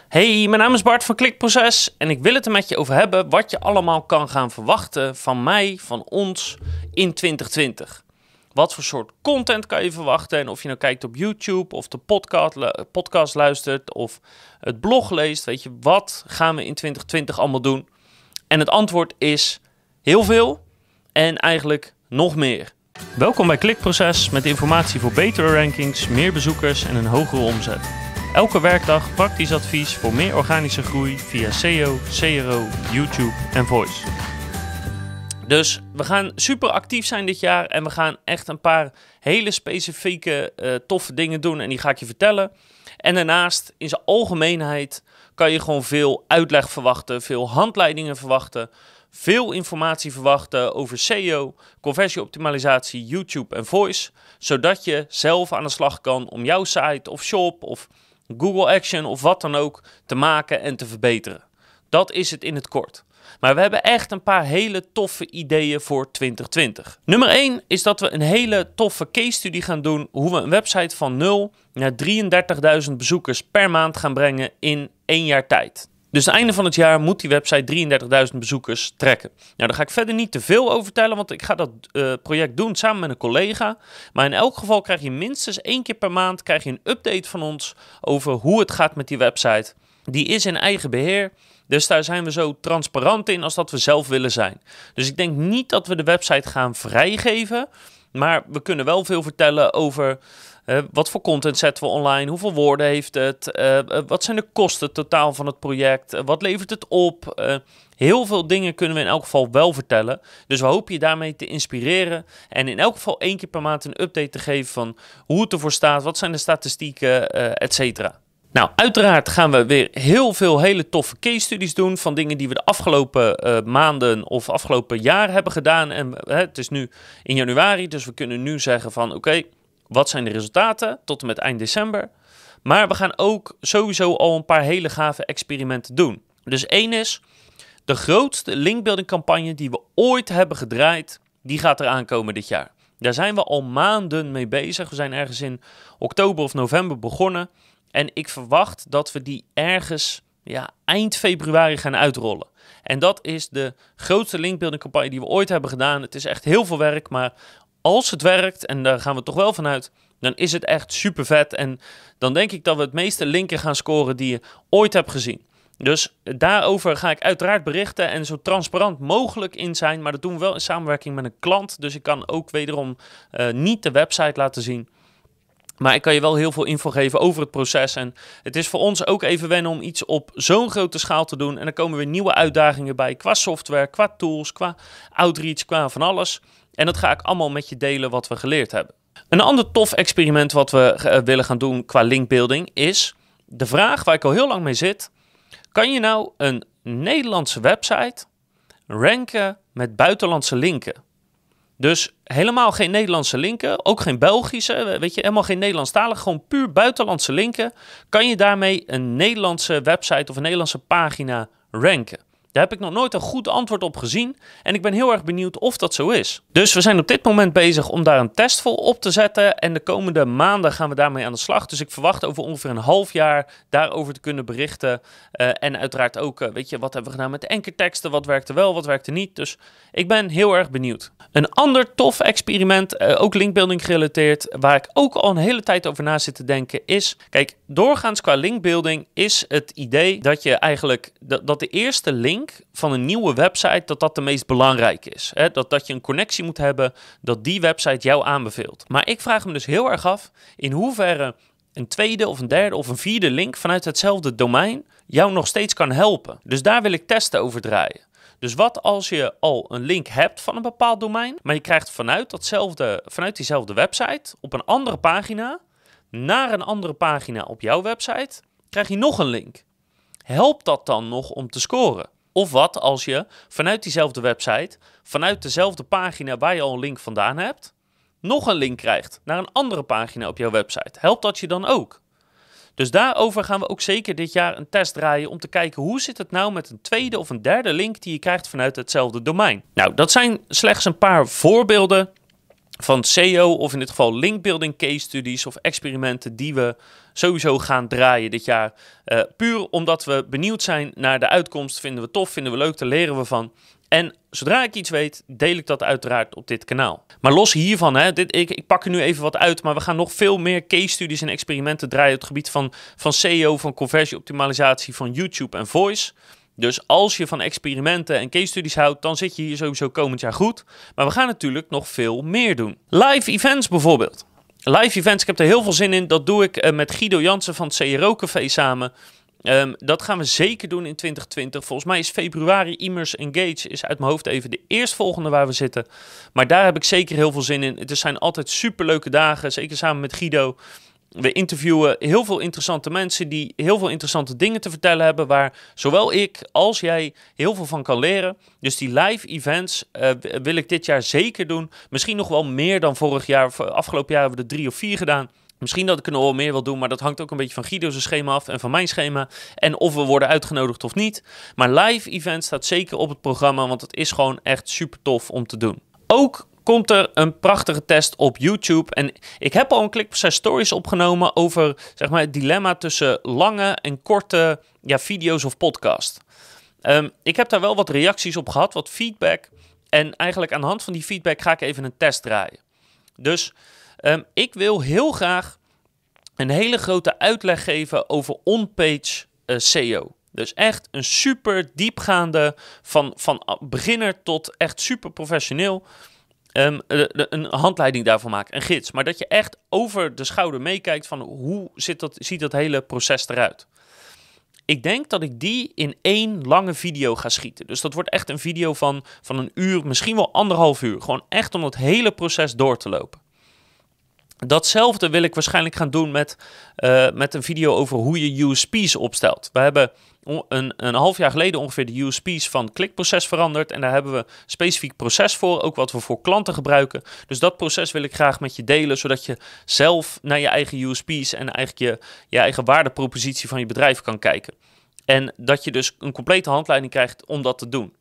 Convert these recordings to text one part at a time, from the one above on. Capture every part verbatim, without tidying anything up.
Hey, mijn naam is Bart van Klikproces en ik wil het er met je over hebben wat je allemaal kan gaan verwachten van mij, van ons in twintig twintig. Wat voor soort content kan je verwachten en of je nou kijkt op YouTube of de podcast, podcast luistert of het blog leest, weet je, wat gaan we in twintig twintig allemaal doen? En het antwoord is heel veel en eigenlijk nog meer. Welkom bij Klikproces met informatie voor betere rankings, meer bezoekers en een hogere omzet. Elke werkdag praktisch advies voor meer organische groei via S E O, C R O, YouTube en Voice. Dus we gaan super actief zijn dit jaar en we gaan echt een paar hele specifieke uh, toffe dingen doen en die ga ik je vertellen. En daarnaast, in zijn algemeenheid, kan je gewoon veel uitleg verwachten, veel handleidingen verwachten, veel informatie verwachten over S E O, conversieoptimalisatie, YouTube en Voice, zodat je zelf aan de slag kan om jouw site of shop of Google Action of wat dan ook te maken en te verbeteren. Dat is het in het kort. Maar we hebben echt een paar hele toffe ideeën voor twintig twintig. Nummer één is dat we een hele toffe case study gaan doen hoe we een website van nul naar drieëndertigduizend bezoekers per maand gaan brengen in één jaar tijd. Dus aan het einde van het jaar moet die website drieëndertigduizend bezoekers trekken. Nou, daar ga ik verder niet te veel over vertellen, want ik ga dat uh, project doen samen met een collega. Maar in elk geval krijg je minstens één keer per maand krijg je een update van ons over hoe het gaat met die website. Die is in eigen beheer, dus daar zijn we zo transparant in als dat we zelf willen zijn. Dus ik denk niet dat we de website gaan vrijgeven, maar we kunnen wel veel vertellen over Uh, wat voor content zetten we online, hoeveel woorden heeft het, uh, uh, wat zijn de kosten totaal van het project, uh, wat levert het op. Uh, heel veel dingen kunnen we in elk geval wel vertellen. Dus we hopen je daarmee te inspireren en in elk geval één keer per maand een update te geven van hoe het ervoor staat, wat zijn de statistieken, uh, et cetera. Nou, uiteraard gaan we weer heel veel hele toffe case studies doen van dingen die we de afgelopen uh, maanden of afgelopen jaar hebben gedaan. En uh, het is nu in januari, dus we kunnen nu zeggen van oké, okay, wat zijn de resultaten tot en met eind december? Maar we gaan ook sowieso al een paar hele gave experimenten doen. Dus één is, de grootste linkbuilding campagne die we ooit hebben gedraaid, die gaat eraan komen dit jaar. Daar zijn we al maanden mee bezig. We zijn ergens in oktober of november begonnen. En ik verwacht dat we die ergens ja, eind februari gaan uitrollen. En dat is de grootste linkbuilding campagne die we ooit hebben gedaan. Het is echt heel veel werk, maar als het werkt, en daar gaan we toch wel vanuit, dan is het echt super vet. En dan denk ik dat we het meeste linken gaan scoren die je ooit hebt gezien. Dus daarover ga ik uiteraard berichten en zo transparant mogelijk in zijn. Maar dat doen we wel in samenwerking met een klant. Dus ik kan ook wederom uh, niet de website laten zien. Maar ik kan je wel heel veel info geven over het proces. En het is voor ons ook even wennen om iets op zo'n grote schaal te doen. En er komen weer nieuwe uitdagingen bij qua software, qua tools, qua outreach, qua van alles. En dat ga ik allemaal met je delen wat we geleerd hebben. Een ander tof experiment wat we uh, willen gaan doen qua linkbuilding is de vraag waar ik al heel lang mee zit. Kan je nou een Nederlandse website ranken met buitenlandse linken? Dus helemaal geen Nederlandse linken, ook geen Belgische, weet je, helemaal geen Nederlandstalig, gewoon puur buitenlandse linken. Kan je daarmee een Nederlandse website of een Nederlandse pagina ranken? Daar heb ik nog nooit een goed antwoord op gezien en ik ben heel erg benieuwd of dat zo is. Dus we zijn op dit moment bezig om daar een test voor op te zetten en de komende maanden gaan we daarmee aan de slag. Dus ik verwacht over ongeveer een half jaar daarover te kunnen berichten. Uh, en uiteraard ook, uh, weet je, wat hebben we gedaan met de ankerteksten, wat werkte wel, wat werkte niet. Dus ik ben heel erg benieuwd. Een ander tof experiment, uh, ook linkbuilding gerelateerd, waar ik ook al een hele tijd over na zit te denken is, kijk, doorgaans qua linkbuilding is het idee dat je eigenlijk, dat, dat de eerste link van een nieuwe website, dat dat de meest belangrijke is. Hè? Dat, dat je een connectie moet hebben, dat die website jou aanbeveelt. Maar ik vraag me dus heel erg af, in hoeverre een tweede of een derde of een vierde link vanuit hetzelfde domein jou nog steeds kan helpen. Dus daar wil ik testen over draaien. Dus wat als je al een link hebt van een bepaald domein, maar je krijgt vanuit, datzelfde, vanuit diezelfde website op een andere pagina, naar een andere pagina op jouw website, krijg je nog een link. Helpt dat dan nog om te scoren? Of wat als je vanuit diezelfde website, vanuit dezelfde pagina waar je al een link vandaan hebt, nog een link krijgt naar een andere pagina op jouw website? Helpt dat je dan ook? Dus daarover gaan we ook zeker dit jaar een test draaien om te kijken hoe zit het nou met een tweede of een derde link die je krijgt vanuit hetzelfde domein. Nou, dat zijn slechts een paar voorbeelden van S E O of in dit geval linkbuilding case studies of experimenten die we sowieso gaan draaien dit jaar. Uh, puur omdat we benieuwd zijn naar de uitkomst. Vinden we tof, vinden we leuk, daar leren we van. En zodra ik iets weet, deel ik dat uiteraard op dit kanaal. Maar los hiervan, hè, dit, ik, ik pak er nu even wat uit, maar we gaan nog veel meer case studies en experimenten draaien op het gebied van, van S E O, van conversieoptimalisatie, van YouTube en voice. Dus als je van experimenten en case studies houdt, dan zit je hier sowieso komend jaar goed. Maar we gaan natuurlijk nog veel meer doen. Live events bijvoorbeeld. Live events, ik heb er heel veel zin in. Dat doe ik uh, met Guido Jansen van het C R O-café samen. Um, dat gaan we zeker doen in twintig twintig. Volgens mij is februari Immers Engage is uit mijn hoofd even de eerstvolgende waar we zitten. Maar daar heb ik zeker heel veel zin in. Het zijn altijd superleuke dagen, zeker samen met Guido. We interviewen heel veel interessante mensen die heel veel interessante dingen te vertellen hebben, waar zowel ik als jij heel veel van kan leren. Dus die live events uh, wil ik dit jaar zeker doen. Misschien nog wel meer dan vorig jaar. Afgelopen jaar hebben we er drie of vier gedaan. Misschien dat ik er nog wel meer wil doen, maar dat hangt ook een beetje van Guido's schema af en van mijn schema. En of we worden uitgenodigd of niet. Maar live events staat zeker op het programma, want het is gewoon echt super tof om te doen. Ook komt er een prachtige test op YouTube. En ik heb al een klikproces stories opgenomen over zeg maar, het dilemma tussen lange en korte ja, video's of podcast. Um, ik heb daar wel wat reacties op gehad, wat feedback. En eigenlijk aan de hand van die feedback ga ik even een test draaien. Dus um, ik wil heel graag een hele grote uitleg geven over on-page uh, S E O. Dus echt een super diepgaande, van, van beginner tot echt super professioneel. Um, een handleiding daarvoor maken, een gids. Maar dat je echt over de schouder meekijkt van hoe zit dat, ziet dat hele proces eruit. Ik denk dat ik die in één lange video ga schieten. Dus dat wordt echt een video van, van een uur, misschien wel anderhalf uur. Gewoon echt om het hele proces door te lopen. Datzelfde wil ik waarschijnlijk gaan doen met, uh, met een video over hoe je U S P's opstelt. We hebben een, een half jaar geleden ongeveer de U S P's van klikproces veranderd. En daar hebben we een specifiek proces voor, ook wat we voor klanten gebruiken. Dus dat proces wil ik graag met je delen, zodat je zelf naar je eigen U S P's en eigenlijk je, je eigen waardepropositie van je bedrijf kan kijken. En dat je dus een complete handleiding krijgt om dat te doen.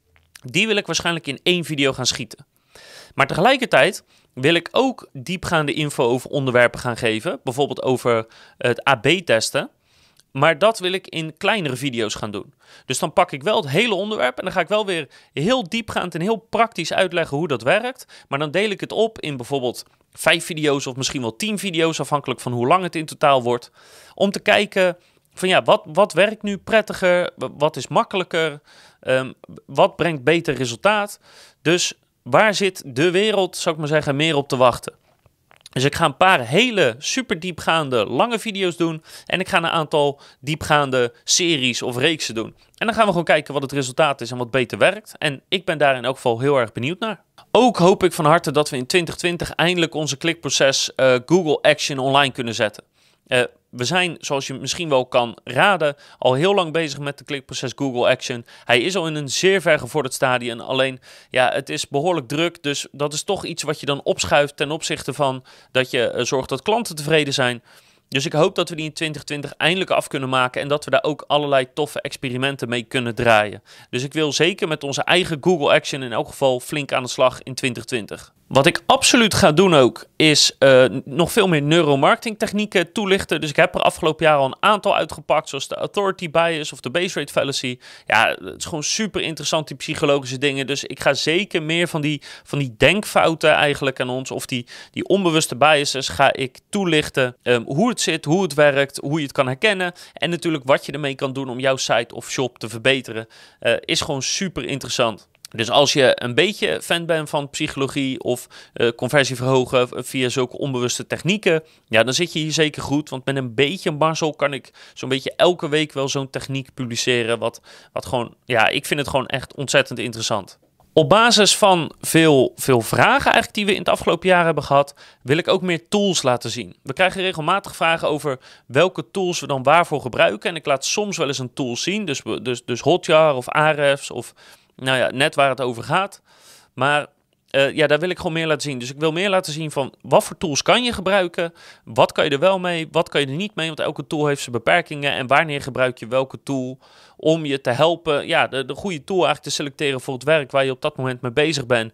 Die wil ik waarschijnlijk in één video gaan schieten. Maar tegelijkertijd wil ik ook diepgaande info over onderwerpen gaan geven. Bijvoorbeeld over het A B-testen. Maar dat wil ik in kleinere video's gaan doen. Dus dan pak ik wel het hele onderwerp en dan ga ik wel weer heel diepgaand en heel praktisch uitleggen hoe dat werkt. Maar dan deel ik het op in bijvoorbeeld vijf video's of misschien wel tien video's, afhankelijk van hoe lang het in totaal wordt. Om te kijken van ja, wat, wat werkt nu prettiger, wat is makkelijker, um, wat brengt beter resultaat. Dus waar zit de wereld, zou ik maar zeggen, meer op te wachten? Dus ik ga een paar hele super diepgaande lange video's doen. En ik ga een aantal diepgaande series of reeksen doen. En dan gaan we gewoon kijken wat het resultaat is en wat beter werkt. En ik ben daar in elk geval heel erg benieuwd naar. Ook hoop ik van harte dat we in twintig twintig eindelijk onze klikproces uh, Google Action online kunnen zetten. Uh, we zijn, zoals je misschien wel kan raden, al heel lang bezig met de klikproces Google Action. Hij is al in een zeer vergevorderd stadium. Alleen, ja, het is behoorlijk druk. Dus dat is toch iets wat je dan opschuift ten opzichte van dat je uh, zorgt dat klanten tevreden zijn. Dus ik hoop dat we die in twintig twintig eindelijk af kunnen maken en dat we daar ook allerlei toffe experimenten mee kunnen draaien. Dus ik wil zeker met onze eigen Google Action in elk geval flink aan de slag in twintig twintig. Wat ik absoluut ga doen ook, is uh, nog veel meer neuromarketing technieken toelichten. Dus ik heb er afgelopen jaar al een aantal uitgepakt, zoals de authority bias of de base rate fallacy. Ja, het is gewoon super interessant, die psychologische dingen. Dus ik ga zeker meer van die, van die denkfouten eigenlijk aan ons, of die, die onbewuste biases, ga ik toelichten. Um, hoe het zit, hoe het werkt, hoe je het kan herkennen. En natuurlijk wat je ermee kan doen om jouw site of shop te verbeteren, uh, is gewoon super interessant. Dus als je een beetje fan bent van psychologie of uh, conversie verhogen via zulke onbewuste technieken, ja, dan zit je hier zeker goed. Want met een beetje mazzel kan ik zo'n beetje elke week wel zo'n techniek publiceren. Wat, wat gewoon, ja, ik vind het gewoon echt ontzettend interessant. Op basis van veel, veel vragen eigenlijk die we in het afgelopen jaar hebben gehad, wil ik ook meer tools laten zien. We krijgen regelmatig vragen over welke tools we dan waarvoor gebruiken. En ik laat soms wel eens een tool zien, dus, dus, dus Hotjar of Ahrefs of nou ja, net waar het over gaat. Maar uh, ja, daar wil ik gewoon meer laten zien. Dus ik wil meer laten zien van wat voor tools kan je gebruiken? Wat kan je er wel mee? Wat kan je er niet mee? Want elke tool heeft zijn beperkingen. En wanneer gebruik je welke tool om je te helpen? Ja, de, de goede tool eigenlijk te selecteren voor het werk waar je op dat moment mee bezig bent.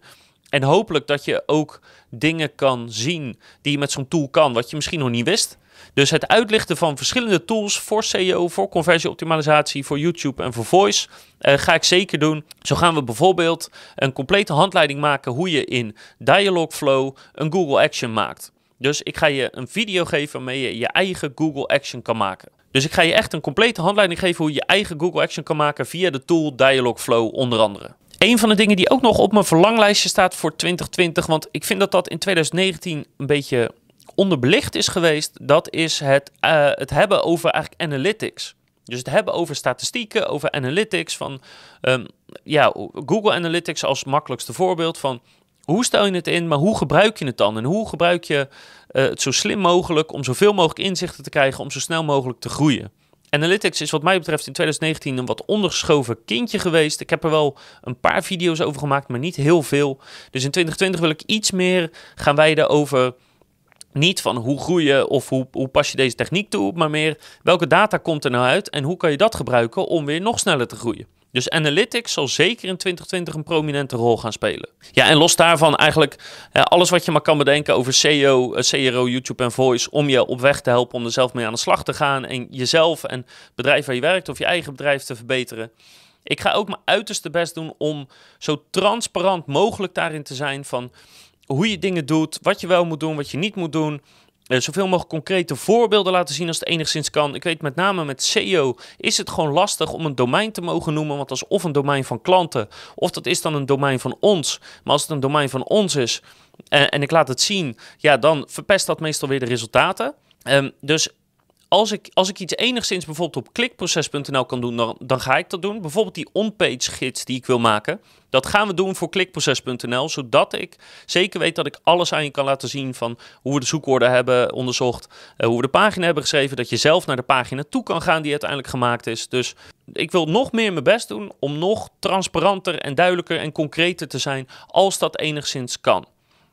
En hopelijk dat je ook dingen kan zien die je met zo'n tool kan, wat je misschien nog niet wist. Dus het uitlichten van verschillende tools voor S E O, voor conversieoptimalisatie, voor YouTube en voor Voice uh, ga ik zeker doen. Zo gaan we bijvoorbeeld een complete handleiding maken hoe je in Dialogflow een Google Action maakt. Dus ik ga je een video geven waarmee je je eigen Google Action kan maken. Dus ik ga je echt een complete handleiding geven hoe je je eigen Google Action kan maken via de tool Dialogflow onder andere. Een van de dingen die ook nog op mijn verlanglijstje staat voor twintig twintig, want ik vind dat dat in twintig negentien een beetje onderbelicht is geweest, dat is het, uh, het hebben over eigenlijk analytics. Dus het hebben over statistieken, over analytics, van um, ja, Google Analytics als makkelijkste voorbeeld van hoe stel je het in, maar hoe gebruik je het dan? En hoe gebruik je uh, het zo slim mogelijk om zoveel mogelijk inzichten te krijgen om zo snel mogelijk te groeien? Analytics is wat mij betreft in twintig negentien een wat ondergeschoven kindje geweest. Ik heb er wel een paar video's over gemaakt, maar niet heel veel. Dus in twintig twintig wil ik iets meer gaan wijden over niet van hoe groei je of hoe, hoe pas je deze techniek toe, maar meer welke data komt er nou uit en hoe kan je dat gebruiken om weer nog sneller te groeien. Dus analytics zal zeker in twintig twintig een prominente rol gaan spelen. Ja, en los daarvan eigenlijk ja, alles wat je maar kan bedenken over S E O, C R O, YouTube en Voice, om je op weg te helpen om er zelf mee aan de slag te gaan en jezelf en het bedrijf waar je werkt of je eigen bedrijf te verbeteren. Ik ga ook mijn uiterste best doen om zo transparant mogelijk daarin te zijn van hoe je dingen doet, wat je wel moet doen, wat je niet moet doen. Uh, zoveel mogelijk concrete voorbeelden laten zien als het enigszins kan. Ik weet met name met S E O is het gewoon lastig om een domein te mogen noemen. Want dat is of een domein van klanten, of dat is dan een domein van ons. Maar als het een domein van ons is uh, en ik laat het zien, ja, dan verpest dat meestal weer de resultaten. Um, dus Als ik, als ik iets enigszins bijvoorbeeld op klikproces punt n l kan doen, dan, dan ga ik dat doen. Bijvoorbeeld die on-page gids die ik wil maken. Dat gaan we doen voor klikproces punt n l, zodat ik zeker weet dat ik alles aan je kan laten zien van hoe we de zoekwoorden hebben onderzocht, uh, hoe we de pagina hebben geschreven, dat je zelf naar de pagina toe kan gaan die uiteindelijk gemaakt is. Dus ik wil nog meer mijn best doen om nog transparanter en duidelijker en concreter te zijn als dat enigszins kan.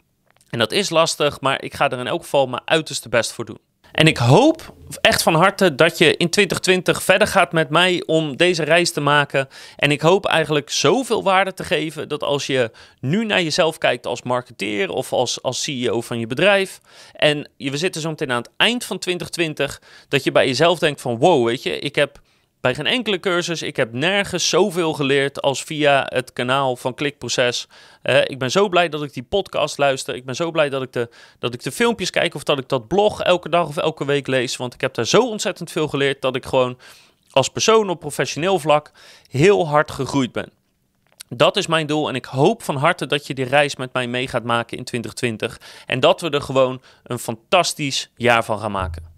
En dat is lastig, maar ik ga er in elk geval mijn uiterste best voor doen. En ik hoop echt van harte dat je in twintig twintig verder gaat met mij om deze reis te maken. En ik hoop eigenlijk zoveel waarde te geven dat als je nu naar jezelf kijkt als marketeer of als, als C E O van je bedrijf. En we zitten zo meteen aan het eind van twintig twintig, dat je bij jezelf denkt van wow, weet je, ik heb bij geen enkele cursus, ik heb nergens zoveel geleerd als via het kanaal van Klikproces. Uh, ik ben zo blij dat ik die podcast luister. Ik ben zo blij dat ik, de, dat ik de filmpjes kijk of dat ik dat blog elke dag of elke week lees. Want ik heb daar zo ontzettend veel geleerd dat ik gewoon als persoon op professioneel vlak heel hard gegroeid ben. Dat is mijn doel en ik hoop van harte dat je die reis met mij mee gaat maken in twintig twintig. En dat we er gewoon een fantastisch jaar van gaan maken.